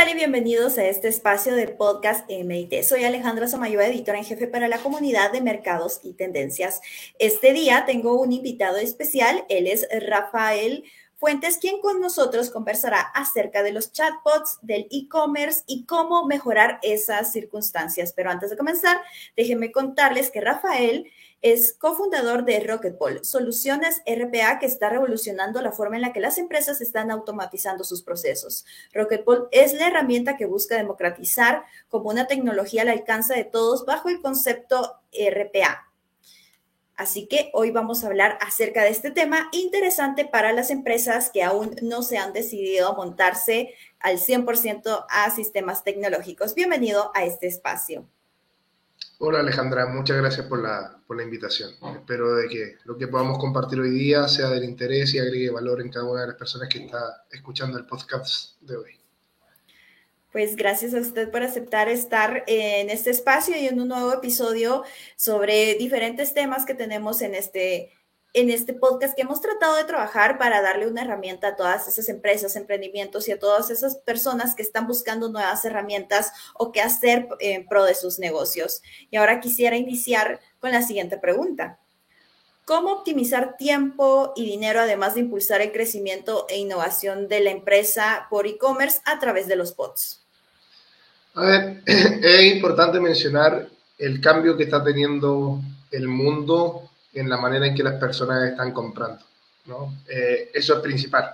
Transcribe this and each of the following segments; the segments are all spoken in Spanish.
Hola y bienvenidos a este espacio del podcast MIT. Soy Alejandra Samayoa, editora en jefe para la comunidad de mercados y tendencias. Este día tengo un invitado especial, él es Rafael Fuentes, quien con nosotros conversará acerca de los chatbots, del e-commerce y cómo mejorar esas circunstancias. Pero antes de comenzar, déjenme contarles que Rafael es cofundador de Rocketball, soluciones RPA que está revolucionando la forma en la que las empresas están automatizando sus procesos. Rocketball es la herramienta que busca democratizar como una tecnología al alcance de todos bajo el concepto RPA. Así que hoy vamos a hablar acerca de este tema interesante para las empresas que aún no se han decidido a montarse al 100% a sistemas tecnológicos. Bienvenido a este espacio. Hola Alejandra, muchas gracias por la invitación. Espero de que lo que podamos compartir hoy día sea del interés y agregue valor en cada una de las personas que está escuchando el podcast de hoy. Pues gracias a usted por aceptar estar en este espacio y en un nuevo episodio sobre diferentes temas que tenemos en este podcast que hemos tratado de trabajar para darle una herramienta a todas esas empresas, emprendimientos y a todas esas personas que están buscando nuevas herramientas o qué hacer en pro de sus negocios. Y ahora quisiera iniciar con la siguiente pregunta. ¿Cómo optimizar tiempo y dinero además de impulsar el crecimiento e innovación de la empresa por e-commerce a través de los bots? A ver, es importante mencionar el cambio que está teniendo el mundo en la manera en que las personas están comprando, ¿no? Eso es principal.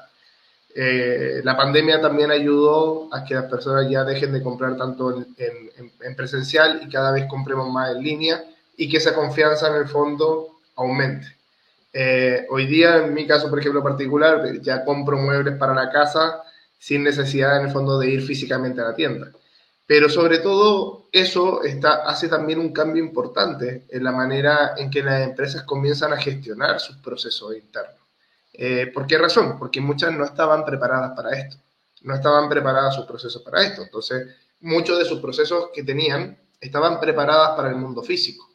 La pandemia también ayudó a que las personas ya dejen de comprar tanto en presencial y cada vez compremos más en línea y que esa confianza en el fondo aumente. Hoy día, en mi caso, por ejemplo, particular, ya compro muebles para la casa sin necesidad, en el fondo, de ir físicamente a la tienda. Pero sobre todo, eso hace también un cambio importante en la manera en que las empresas comienzan a gestionar sus procesos internos. ¿Por qué razón? Porque muchas no estaban preparadas para esto, no estaban preparadas sus procesos para esto. Entonces, muchos de sus procesos que tenían estaban preparadas para el mundo físico.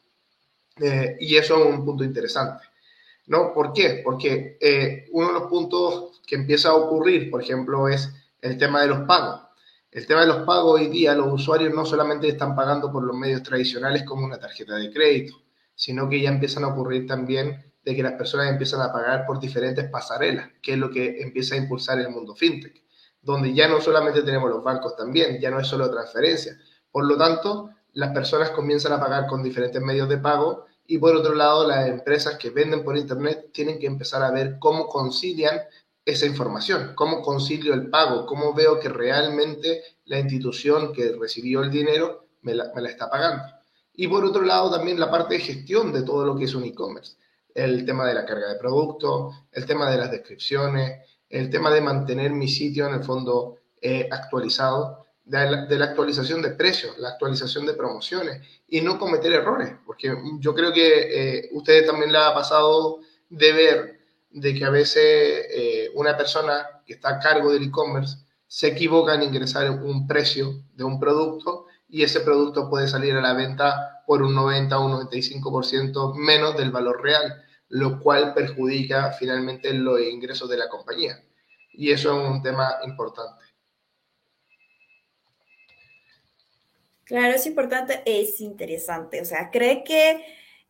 Y eso es un punto interesante. ¿No? ¿Por qué? Porque uno de los puntos que empieza a ocurrir, por ejemplo, es el tema de los pagos. El tema de los pagos hoy día, los usuarios no solamente están pagando por los medios tradicionales como una tarjeta de crédito, sino que ya empiezan a ocurrir también de que las personas empiezan a pagar por diferentes pasarelas, que es lo que empieza a impulsar el mundo fintech, donde ya no solamente tenemos los bancos también, ya no es solo transferencia. Por lo tanto, las personas comienzan a pagar con diferentes medios de pago y por otro lado, las empresas que venden por Internet tienen que empezar a ver cómo concilian esa información, cómo concilio el pago, cómo veo que realmente la institución que recibió el dinero me la está pagando. Y por otro lado, también la parte de gestión de todo lo que es un e-commerce. El tema de la carga de productos, el tema de las descripciones, el tema de mantener mi sitio en el fondo actualizado, de la actualización de precios, la actualización de promociones y no cometer errores, porque yo creo que ustedes también les ha pasado de ver de que a veces una persona que está a cargo del e-commerce se equivoca en ingresar un precio de un producto y ese producto puede salir a la venta por un 90 o un 95% menos del valor real, lo cual perjudica finalmente los ingresos de la compañía. Y eso es un tema importante. Claro, es importante, es interesante. O sea, cree que,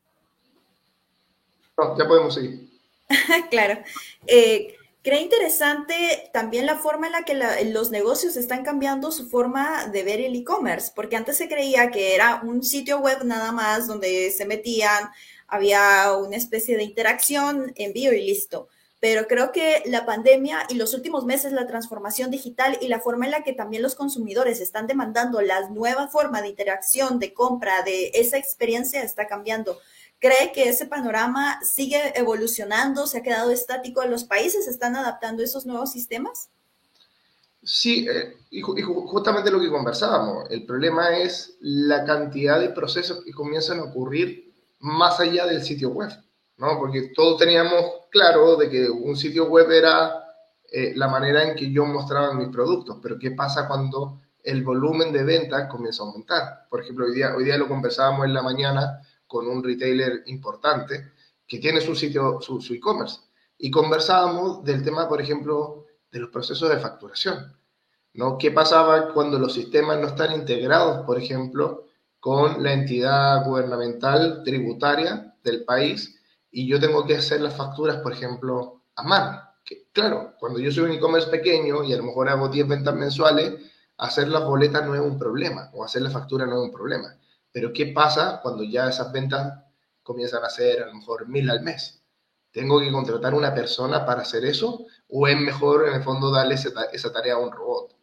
No, ya podemos seguir. claro, cree interesante también la forma en la que los negocios están cambiando su forma de ver el e-commerce, porque antes se creía que era un sitio web nada más donde se metían, había una especie de interacción, envío y listo. Pero creo que la pandemia y los últimos meses, la transformación digital y la forma en la que también los consumidores están demandando la nueva forma de interacción, de compra, de esa experiencia está cambiando. ¿Cree que ese panorama sigue evolucionando? ¿Se ha quedado estático? ¿Los países están adaptando esos nuevos sistemas? Sí, y justamente lo que conversábamos, el problema es la cantidad de procesos que comienzan a ocurrir más allá del sitio web, ¿no? Porque todos teníamos claro de que un sitio web era la manera en que yo mostraba mis productos, pero ¿qué pasa cuando el volumen de ventas comienza a aumentar? Por ejemplo, hoy día lo conversábamos en la mañana con un retailer importante que tiene su sitio, su e-commerce, y conversábamos del tema, por ejemplo, de los procesos de facturación. ¿no? ¿Qué pasaba cuando los sistemas no están integrados, por ejemplo, con la entidad gubernamental tributaria del país y yo tengo que hacer las facturas, por ejemplo, a mano? Que, claro, cuando yo soy un e-commerce pequeño y a lo mejor hago 10 ventas mensuales, hacer las boletas no es un problema o hacer la factura no es un problema. Pero ¿qué pasa cuando ya esas ventas comienzan a ser a lo mejor 1000 al mes? ¿Tengo que contratar una persona para hacer eso? ¿O es mejor en el fondo darle esa tarea a un robot?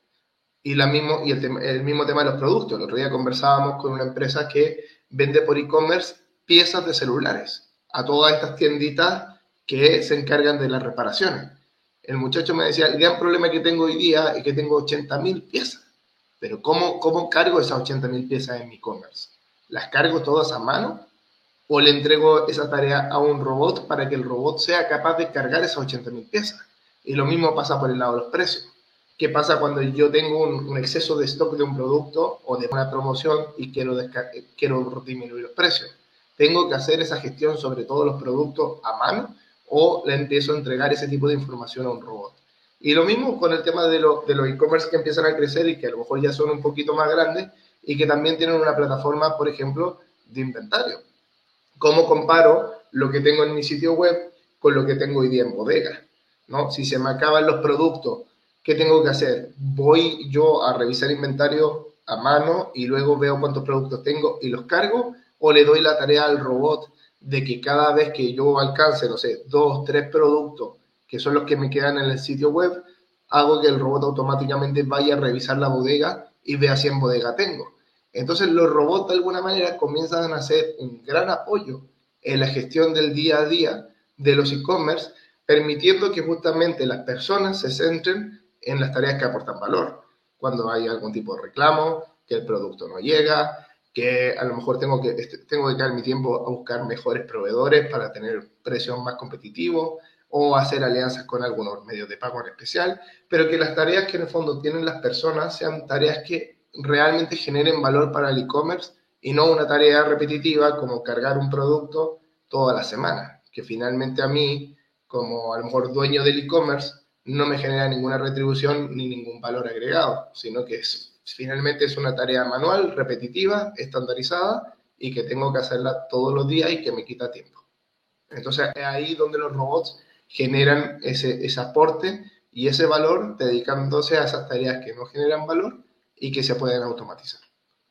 El mismo tema de los productos. El otro día conversábamos con una empresa que vende por e-commerce piezas de celulares a todas estas tienditas que se encargan de las reparaciones. El muchacho me decía, el gran problema que tengo hoy día es que tengo 80.000 piezas. Pero ¿cómo cargo esas 80.000 piezas en mi e-commerce? ¿Las cargo todas a mano? ¿O le entrego esa tarea a un robot para que el robot sea capaz de cargar esas 80.000 piezas? Y lo mismo pasa por el lado de los precios. ¿Qué pasa cuando yo tengo un exceso de stock de un producto o de una promoción y quiero disminuir los precios? ¿Tengo que hacer esa gestión sobre todos los productos a mano o le empiezo a entregar ese tipo de información a un robot? Y lo mismo con el tema de los e-commerce que empiezan a crecer y que a lo mejor ya son un poquito más grandes y que también tienen una plataforma, por ejemplo, de inventario. ¿Cómo comparo lo que tengo en mi sitio web con lo que tengo hoy día en bodega? ¿No? Si se me acaban los productos, ¿qué tengo que hacer? ¿Voy yo a revisar inventario a mano y luego veo cuántos productos tengo y los cargo? ¿O le doy la tarea al robot de que cada vez que yo alcance, no sé, 2, 3 productos, que son los que me quedan en el sitio web, hago que el robot automáticamente vaya a revisar la bodega y vea si en bodega tengo? Entonces los robots de alguna manera comienzan a ser un gran apoyo en la gestión del día a día de los e-commerce, permitiendo que justamente las personas se centren en las tareas que aportan valor. Cuando hay algún tipo de reclamo, que el producto no llega, que a lo mejor tengo que dedicar mi tiempo a buscar mejores proveedores para tener precios más competitivos o hacer alianzas con algunos medios de pago en especial, pero que las tareas que en el fondo tienen las personas sean tareas que realmente generen valor para el e-commerce y no una tarea repetitiva como cargar un producto toda la semana, que finalmente a mí, como a lo mejor dueño del e-commerce, no me genera ninguna retribución ni ningún valor agregado, sino que finalmente es una tarea manual, repetitiva, estandarizada y que tengo que hacerla todos los días y que me quita tiempo. Entonces es ahí donde los robots generan ese aporte y ese valor dedicándose a esas tareas que no generan valor y que se pueden automatizar.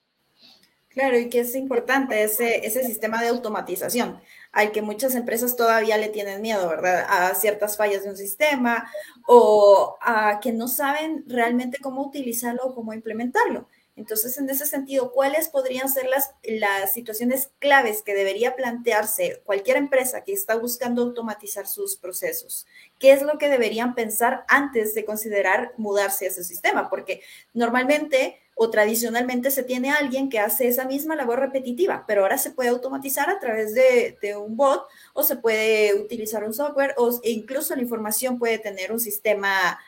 Claro, y que es importante ese sistema de automatización, al que muchas empresas todavía le tienen miedo, ¿verdad? A ciertas fallas de un sistema o a que no saben realmente cómo utilizarlo o cómo implementarlo. Entonces, en ese sentido, ¿cuáles podrían ser las situaciones claves que debería plantearse cualquier empresa que está buscando automatizar sus procesos? ¿Qué es lo que deberían pensar antes de considerar mudarse a ese sistema? Porque normalmente o tradicionalmente se tiene alguien que hace esa misma labor repetitiva, pero ahora se puede automatizar a través de un bot o se puede utilizar un software o incluso la información puede tener un sistema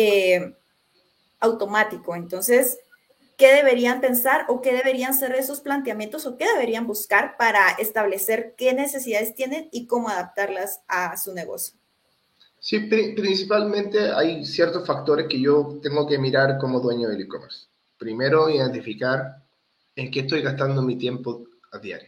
automático. Entonces, ¿qué deberían pensar o qué deberían ser esos planteamientos o qué deberían buscar para establecer qué necesidades tienen y cómo adaptarlas a su negocio? Sí, principalmente hay ciertos factores que yo tengo que mirar como dueño del e-commerce. Primero, identificar en qué estoy gastando mi tiempo a diario.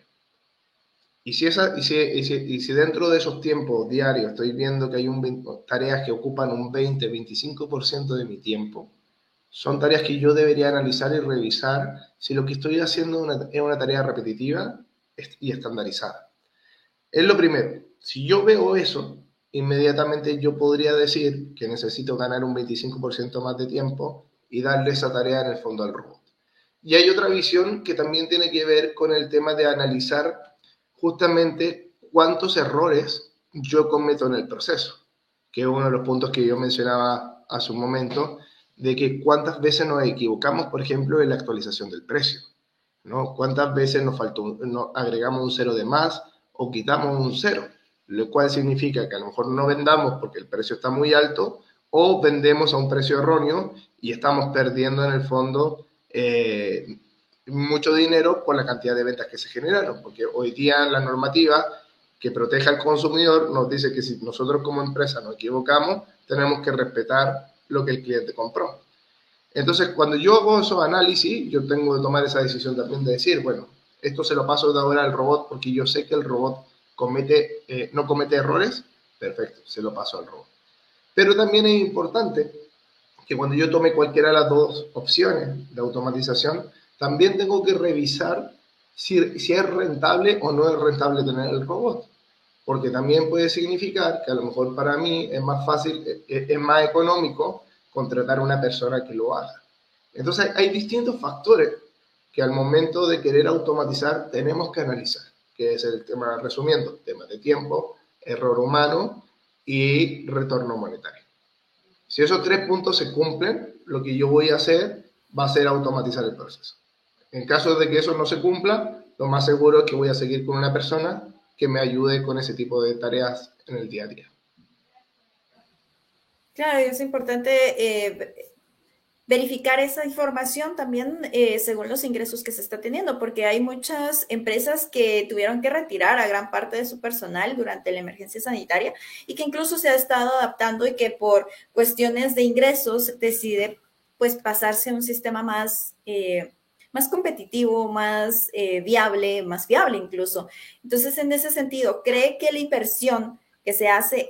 Y si dentro de esos tiempos diarios estoy viendo que hay tareas que ocupan un 20-25% de mi tiempo, son tareas que yo debería analizar y revisar si lo que estoy haciendo es una tarea repetitiva y estandarizada. Es lo primero. Si yo veo eso, inmediatamente yo podría decir que necesito ganar un 25% más de tiempo y darle esa tarea en el fondo al robot. Y hay otra visión que también tiene que ver con el tema de analizar justamente cuántos errores yo cometo en el proceso, que es uno de los puntos que yo mencionaba hace un momento, de que cuántas veces nos equivocamos, por ejemplo, en la actualización del precio, ¿no? Cuántas veces nos agregamos un cero de más o quitamos un cero, lo cual significa que a lo mejor no vendamos porque el precio está muy alto o vendemos a un precio erróneo y estamos perdiendo en el fondo mucho dinero por la cantidad de ventas que se generaron, porque hoy día la normativa que protege al consumidor nos dice que si nosotros como empresa nos equivocamos, tenemos que respetar lo que el cliente compró. Entonces, cuando yo hago esos análisis, yo tengo que tomar esa decisión también de decir, bueno, esto se lo paso de ahora al robot porque yo sé que el robot no comete errores, perfecto, se lo paso al robot. Pero también es importante que cuando yo tome cualquiera de las dos opciones de automatización, también tengo que revisar si es rentable o no es rentable tener el robot. Porque también puede significar que a lo mejor para mí es más fácil, es más económico contratar a una persona que lo haga. Entonces hay distintos factores que al momento de querer automatizar tenemos que analizar, que es el tema, resumiendo, temas de tiempo, error humano y retorno monetario. Si esos 3 puntos se cumplen, lo que yo voy a hacer va a ser automatizar el proceso. En caso de que eso no se cumpla, lo más seguro es que voy a seguir con una persona que me ayude con ese tipo de tareas en el día a día. Claro, es importante verificar esa información también según los ingresos que se está teniendo, porque hay muchas empresas que tuvieron que retirar a gran parte de su personal durante la emergencia sanitaria y que incluso se ha estado adaptando y que por cuestiones de ingresos decide pues pasarse a un sistema más competitivo, más viable incluso. Entonces, en ese sentido, ¿cree que la inversión que se hace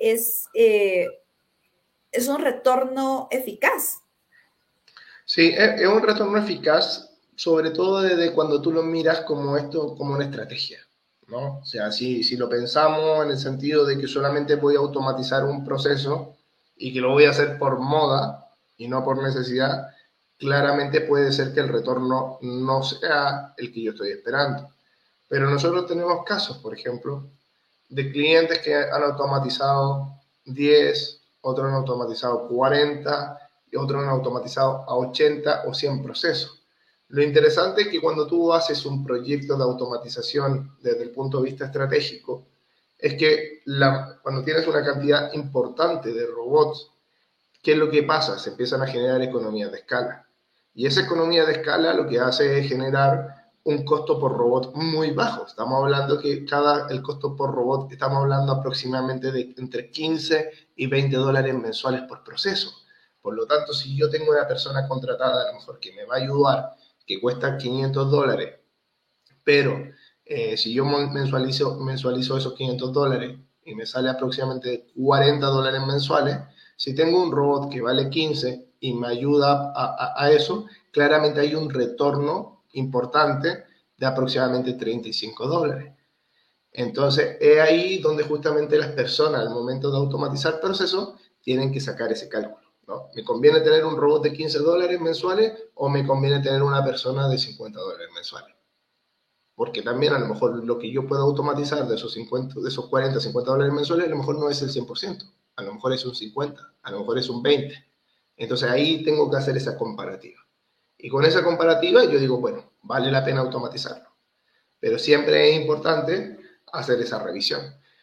es un retorno eficaz? Sí, es un retorno eficaz, sobre todo desde cuando tú lo miras como esto, como una estrategia, ¿no? O sea, si lo pensamos en el sentido de que solamente voy a automatizar un proceso y que lo voy a hacer por moda y no por necesidad, claramente puede ser que el retorno no sea el que yo estoy esperando. Pero nosotros tenemos casos, por ejemplo, de clientes que han automatizado 10, otros han automatizado 40 y otros han automatizado a 80 o 100 procesos. Lo interesante es que cuando tú haces un proyecto de automatización desde el punto de vista estratégico, es que cuando tienes una cantidad importante de robots, ¿qué es lo que pasa? Se empiezan a generar economías de escala. Y esa economía de escala lo que hace es generar un costo por robot muy bajo. Estamos hablando que el costo por robot, estamos hablando aproximadamente de entre 15 y 20 dólares mensuales por proceso. Por lo tanto, si yo tengo una persona contratada, a lo mejor que me va a ayudar, que cuesta 500 dólares, pero si yo mensualizo esos 500 dólares y me sale aproximadamente 40 dólares mensuales, si tengo un robot que vale 15 y me ayuda a eso, claramente hay un retorno importante de aproximadamente 35 dólares. Entonces, es ahí donde justamente las personas, al momento de automatizar procesos, tienen que sacar ese cálculo, ¿no? ¿Me conviene tener un robot de 15 dólares mensuales o me conviene tener una persona de 50 dólares mensuales? Porque también a lo mejor lo que yo puedo automatizar de esos 40, 50 dólares mensuales, a lo mejor no es el 100%, a lo mejor es un 50, a lo mejor es un 20. Entonces ahí tengo que hacer esa comparativa. Y con esa comparativa yo digo, bueno, vale la pena automatizarlo. Pero siempre es importante hacer esa revisión.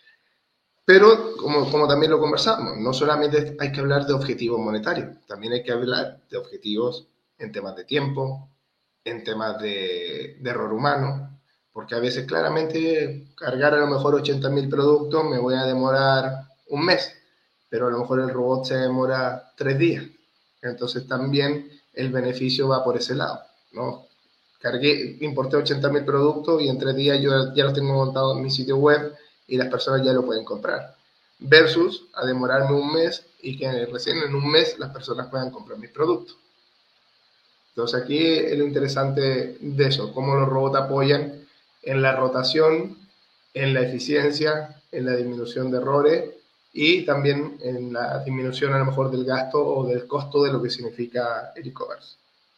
Pero, como también lo conversamos, no solamente hay que hablar de objetivos monetarios, también hay que hablar de objetivos en temas de tiempo, en temas de error humano, porque a veces claramente cargar a lo mejor 80.000 productos me voy a demorar un mes, pero a lo mejor el robot se demora 3 días. Entonces también el beneficio va por ese lado, ¿no? Importé 80.000 productos y en 3 días yo ya los tengo montados en mi sitio web y las personas ya lo pueden comprar. Versus a demorarme un mes y que recién en un mes las personas puedan comprar mis productos. Entonces aquí es lo interesante de eso, cómo los robots apoyan en la rotación, en la eficiencia, en la disminución de errores y también en la disminución a lo mejor del gasto o del costo de lo que significa el e-commerce.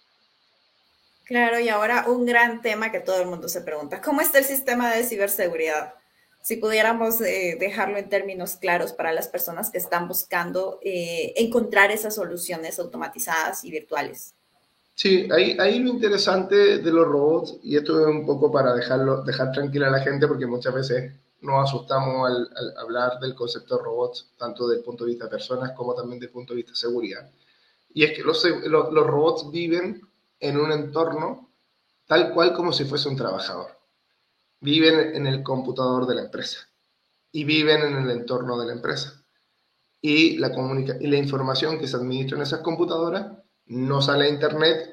Claro, y ahora un gran tema que todo el mundo se pregunta, ¿cómo está el sistema de ciberseguridad? Si pudiéramos dejarlo en términos claros para las personas que están buscando encontrar esas soluciones automatizadas y virtuales. Sí, ahí lo interesante de los robots, y esto es un poco para dejar tranquila a la gente, porque muchas veces nos asustamos al hablar del concepto de robots, tanto desde el punto de vista de personas como también desde el punto de vista de seguridad. Y es que los robots viven en un entorno tal cual como si fuese un trabajador. Viven en el computador de la empresa y viven en el entorno de la empresa. Y la información que se administra en esas computadoras no sale a internet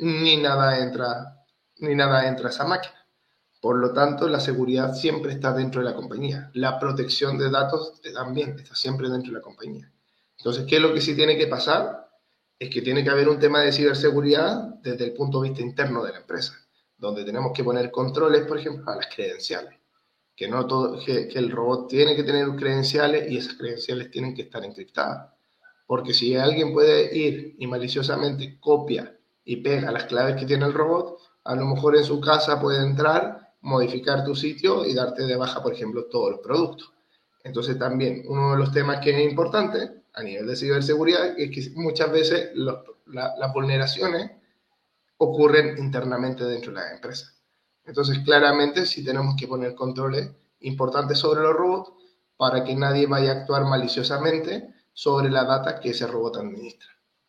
ni nada entra a esa máquina. Por lo tanto, la seguridad siempre está dentro de la compañía. La protección de datos también está siempre dentro de la compañía. Entonces, ¿qué es lo que sí tiene que pasar? Es que tiene que haber un tema de ciberseguridad desde el punto de vista interno de la empresa, donde tenemos que poner controles, por ejemplo, a las credenciales. Que, no todo, que el robot tiene que tener credenciales y esas credenciales tienen que estar encriptadas. Porque si alguien puede ir y maliciosamente copia y pega las claves que tiene el robot, a lo mejor en su casa puede entrar, modificar tu sitio y darte de baja, por ejemplo, todos los productos. Entonces también uno de los temas que es importante a nivel de ciberseguridad es que muchas veces las vulneraciones ocurren internamente dentro de las empresas. Entonces claramente sí tenemos que poner controles importantes sobre los robots para que nadie vaya a actuar maliciosamente sobre la data que ese robot administra.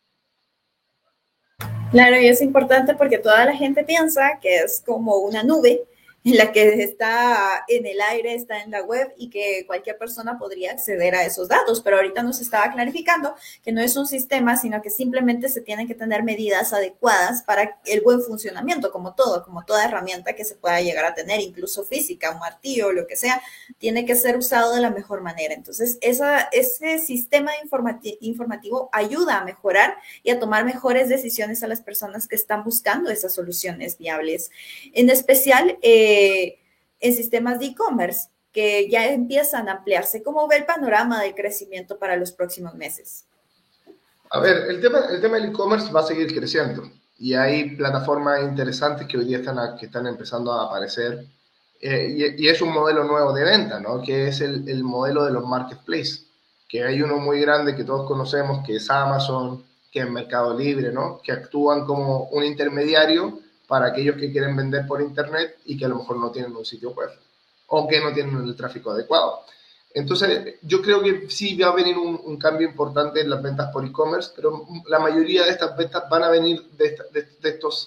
Claro, y es importante porque toda la gente piensa que es como una nube en la que está en el aire, está en la web y que cualquier persona podría acceder a esos datos. Pero ahorita nos estaba clarificando que no es un sistema, sino que simplemente se tienen que tener medidas adecuadas para el buen funcionamiento, como todo, como toda herramienta que se pueda llegar a tener, incluso física, un martillo, lo que sea, tiene que ser usado de la mejor manera. Entonces, ese sistema informativo ayuda a mejorar y a tomar mejores decisiones a las personas que están buscando esas soluciones viables. En especial, en sistemas de e-commerce que ya empiezan a ampliarse. ¿Cómo ve el panorama del crecimiento para los próximos meses? A ver, el tema del e-commerce va a seguir creciendo y hay plataformas interesantes que hoy día están empezando a aparecer y es un modelo nuevo de venta, ¿no? Que es el modelo de los marketplaces, que hay uno muy grande que todos conocemos, que es Amazon, que es Mercado Libre, ¿no? Que actúan como un intermediario para aquellos que quieren vender por internet y que a lo mejor no tienen un sitio web o que no tienen el tráfico adecuado. Entonces, yo creo que sí va a venir un cambio importante en las ventas por e-commerce, pero la mayoría de estas ventas van a venir de estos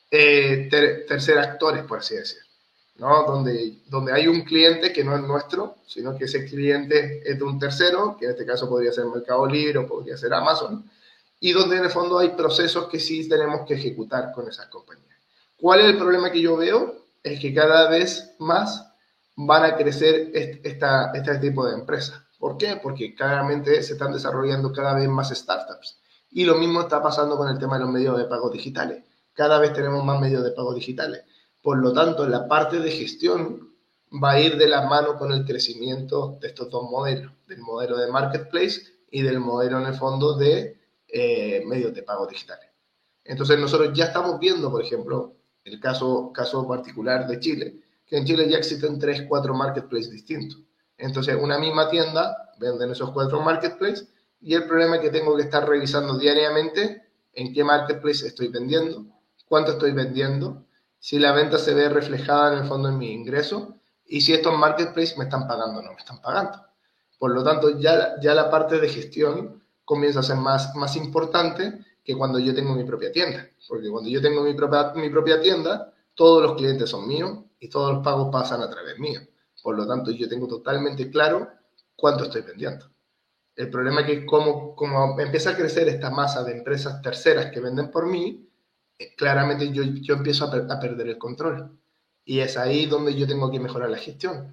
terceros actores, por así decir, ¿no? Donde hay un cliente que no es nuestro, sino que ese cliente es de un tercero, que en este caso podría ser Mercado Libre o podría ser Amazon, y donde en el fondo hay procesos que sí tenemos que ejecutar con esas compañías. ¿Cuál es el problema que yo veo? Es que cada vez más van a crecer este tipo de empresas. ¿Por qué? Porque claramente se están desarrollando cada vez más startups. Y lo mismo está pasando con el tema de los medios de pago digitales. Cada vez tenemos más medios de pago digitales. Por lo tanto, la parte de gestión va a ir de la mano con el crecimiento de estos dos modelos, del modelo de marketplace y del modelo en el fondo de medios de pago digitales. Entonces nosotros ya estamos viendo, por ejemplo, el caso particular de Chile, que en Chile ya existen 3, 4 marketplaces distintos. Entonces, una misma tienda venden esos 4 marketplaces y el problema es que tengo que estar revisando diariamente en qué marketplace estoy vendiendo, cuánto estoy vendiendo, si la venta se ve reflejada en el fondo en mi ingreso y si estos marketplaces me están pagando o no me están pagando. Por lo tanto, ya la parte de gestión comienza a ser más importante que cuando yo tengo mi propia tienda. Porque cuando yo tengo mi propia tienda, todos los clientes son míos y todos los pagos pasan a través mío. Por lo tanto, yo tengo totalmente claro cuánto estoy vendiendo. El problema es que como empieza a crecer esta masa de empresas terceras que venden por mí, claramente yo empiezo a perder el control. Y es ahí donde yo tengo que mejorar la gestión.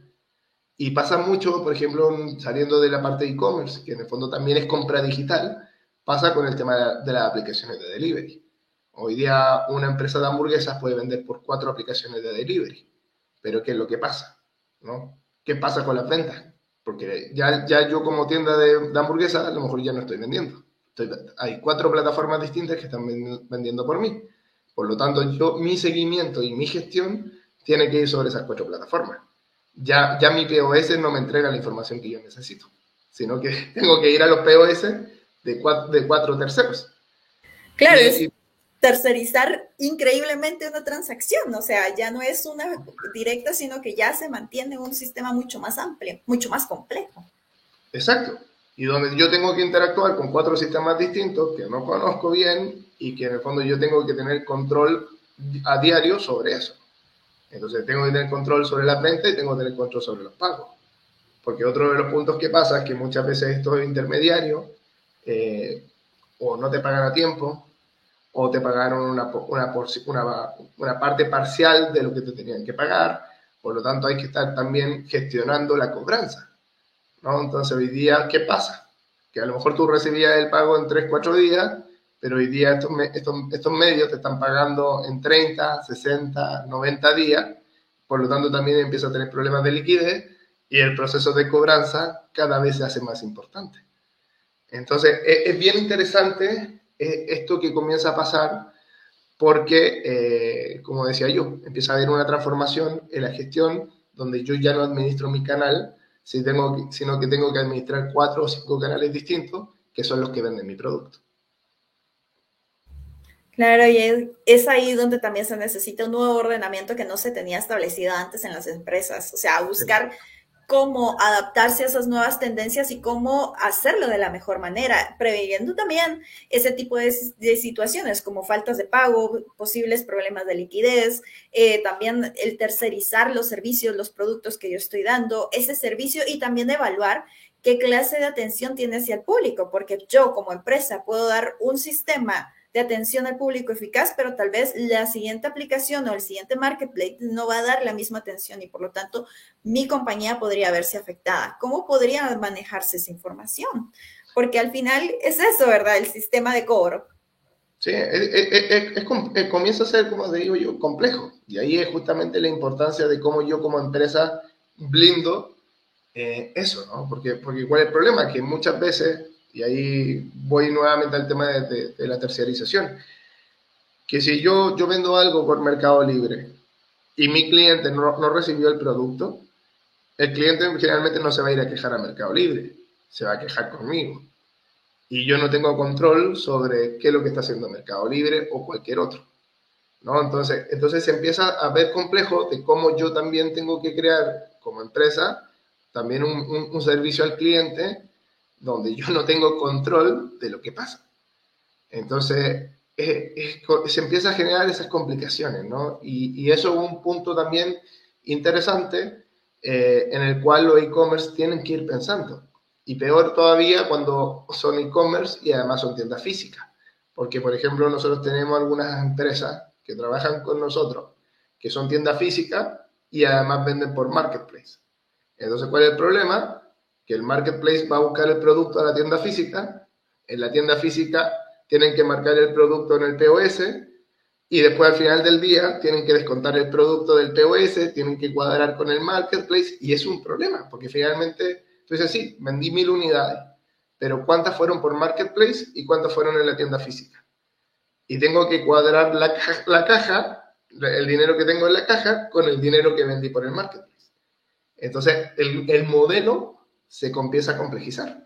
Y pasa mucho, por ejemplo, saliendo de la parte de e-commerce, que en el fondo también es compra digital, pasa con el tema de las aplicaciones de delivery. Hoy día una empresa de hamburguesas puede vender por 4 aplicaciones de delivery. Pero ¿qué es lo que pasa? ¿No? ¿Qué pasa con las ventas? Porque ya yo como tienda de hamburguesas a lo mejor ya no estoy vendiendo. Hay 4 plataformas distintas que están vendiendo por mí. Por lo tanto, mi seguimiento y mi gestión tiene que ir sobre esas 4 plataformas. Ya mi POS no me entrega la información que yo necesito, sino que tengo que ir a los POS de 4 terceros. Claro, es tercerizar increíblemente una transacción, o sea, ya no es una directa, sino que ya se mantiene un sistema mucho más amplio, mucho más complejo. Exacto, y donde yo tengo que interactuar con 4 sistemas distintos que no conozco bien y que en el fondo yo tengo que tener control a diario sobre eso. Entonces tengo que tener control sobre las ventas y tengo que tener control sobre los pagos. Porque otro de los puntos que pasa es que muchas veces estos intermediarios o no te pagan a tiempo o te pagaron una parte parcial de lo que te tenían que pagar. Por lo tanto, hay que estar también gestionando la cobranza, ¿no? Entonces, hoy día, ¿qué pasa? Que a lo mejor tú recibías el pago en 3 4 días, pero hoy día estos medios te están pagando en 30 60 90 días, por lo tanto también empieza a tener problemas de liquidez y el proceso de cobranza cada vez se hace más importante. Entonces, es bien interesante esto que comienza a pasar porque, como decía yo, empieza a haber una transformación en la gestión donde yo ya no administro mi canal, sino que tengo que administrar 4 o 5 canales distintos que son los que venden mi producto. Claro, y es ahí donde también se necesita un nuevo ordenamiento que no se tenía establecido antes en las empresas. O sea, Sí, buscar cómo adaptarse a esas nuevas tendencias y cómo hacerlo de la mejor manera, preveyendo también ese tipo de situaciones como faltas de pago, posibles problemas de liquidez, también el tercerizar los servicios, los productos que yo estoy dando, ese servicio y también evaluar qué clase de atención tiene hacia el público, porque yo como empresa puedo dar un sistema de atención al público eficaz, pero tal vez la siguiente aplicación o el siguiente marketplace no va a dar la misma atención y por lo tanto mi compañía podría verse afectada. ¿Cómo podría manejarse esa información? Porque al final es eso, ¿verdad? El sistema de cobro. sí comienza a ser, como te digo yo, complejo. Y ahí es justamente la importancia de cómo yo como empresa blindo eso, ¿no? Porque ¿cuál es el problema? Que muchas veces, y ahí voy nuevamente al tema de la terciarización, que si yo vendo algo por Mercado Libre y mi cliente no recibió el producto, el cliente generalmente no se va a ir a quejar a Mercado Libre, se va a quejar conmigo. Y yo no tengo control sobre qué es lo que está haciendo Mercado Libre o cualquier otro, ¿no? Entonces se empieza a ver complejo de cómo yo también tengo que crear como empresa también un servicio al cliente donde yo no tengo control de lo que pasa. Entonces se empieza a generar esas complicaciones, ¿no? Y eso es un punto también interesante en el cual los e-commerce tienen que ir pensando. Y peor todavía cuando son e-commerce y además son tiendas físicas. Porque, por ejemplo, nosotros tenemos algunas empresas que trabajan con nosotros, que son tiendas físicas y además venden por marketplace. Entonces, ¿cuál es el problema? Que el marketplace va a buscar el producto a la tienda física, en la tienda física tienen que marcar el producto en el POS y después al final del día tienen que descontar el producto del POS, tienen que cuadrar con el marketplace y es un problema, porque finalmente, entonces sí, vendí 1000 unidades, pero ¿cuántas fueron por marketplace y cuántas fueron en la tienda física? Y tengo que cuadrar la caja, el dinero que tengo en la caja, con el dinero que vendí por el marketplace. Entonces, el modelo se empieza a complejizar.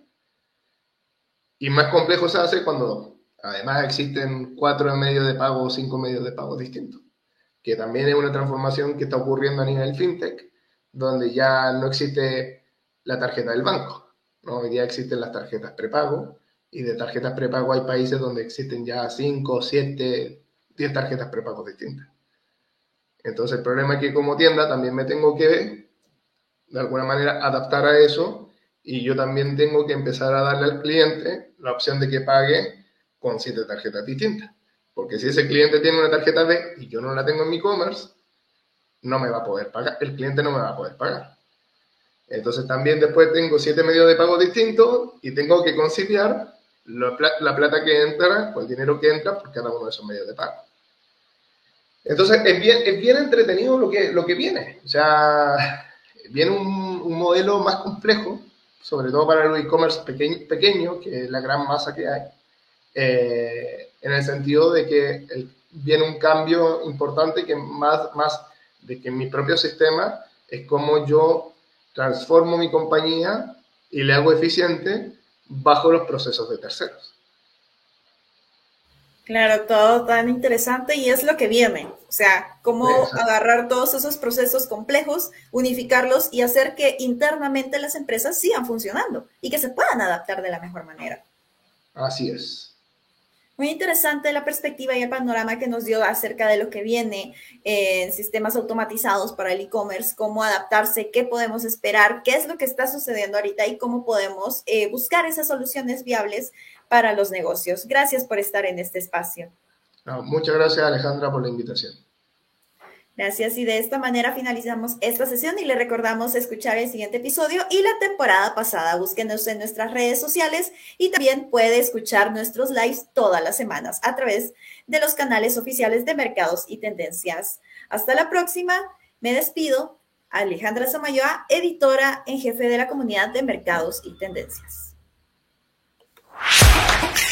Y más complejo se hace cuando además existen 4 medios de pago o 5 medios de pago distintos, que también es una transformación que está ocurriendo a nivel fintech, donde ya no existe la tarjeta del banco, ¿no? Hoy día existen las tarjetas prepago, y de tarjetas prepago hay países donde existen ya 5, 7, 10 tarjetas prepago distintas. Entonces el problema es que como tienda también me tengo que de alguna manera adaptar a eso y yo también tengo que empezar a darle al cliente la opción de que pague con 7 tarjetas distintas. Porque si ese cliente tiene una tarjeta B y yo no la tengo en mi e-commerce, no me va a poder pagar, el cliente no me va a poder pagar. Entonces también después tengo 7 medios de pago distintos y tengo que conciliar la plata que entra o el dinero que entra por cada uno de esos medios de pago. Entonces es bien entretenido lo que viene. O sea, viene un modelo más complejo, sobre todo para los e-commerce pequeño, que es la gran masa que hay, en el sentido de que viene un cambio importante que más de que en mi propio sistema es como yo transformo mi compañía y le hago eficiente bajo los procesos de terceros. Claro, todo tan interesante y es lo que viene. O sea, cómo Exacto. agarrar todos esos procesos complejos, unificarlos y hacer que internamente las empresas sigan funcionando y que se puedan adaptar de la mejor manera. Así es. Muy interesante la perspectiva y el panorama que nos dio acerca de lo que viene en sistemas automatizados para el e-commerce, cómo adaptarse, qué podemos esperar, qué es lo que está sucediendo ahorita y cómo podemos buscar esas soluciones viables para los negocios. Gracias por estar en este espacio. No, muchas gracias, Alejandra, por la invitación. Gracias, y de esta manera finalizamos esta sesión y le recordamos escuchar el siguiente episodio y la temporada pasada. Búsquenos en nuestras redes sociales y también puede escuchar nuestros lives todas las semanas a través de los canales oficiales de Mercados y Tendencias. Hasta la próxima, me despido. Alejandra Samayoa, editora en jefe de la comunidad de Mercados y Tendencias.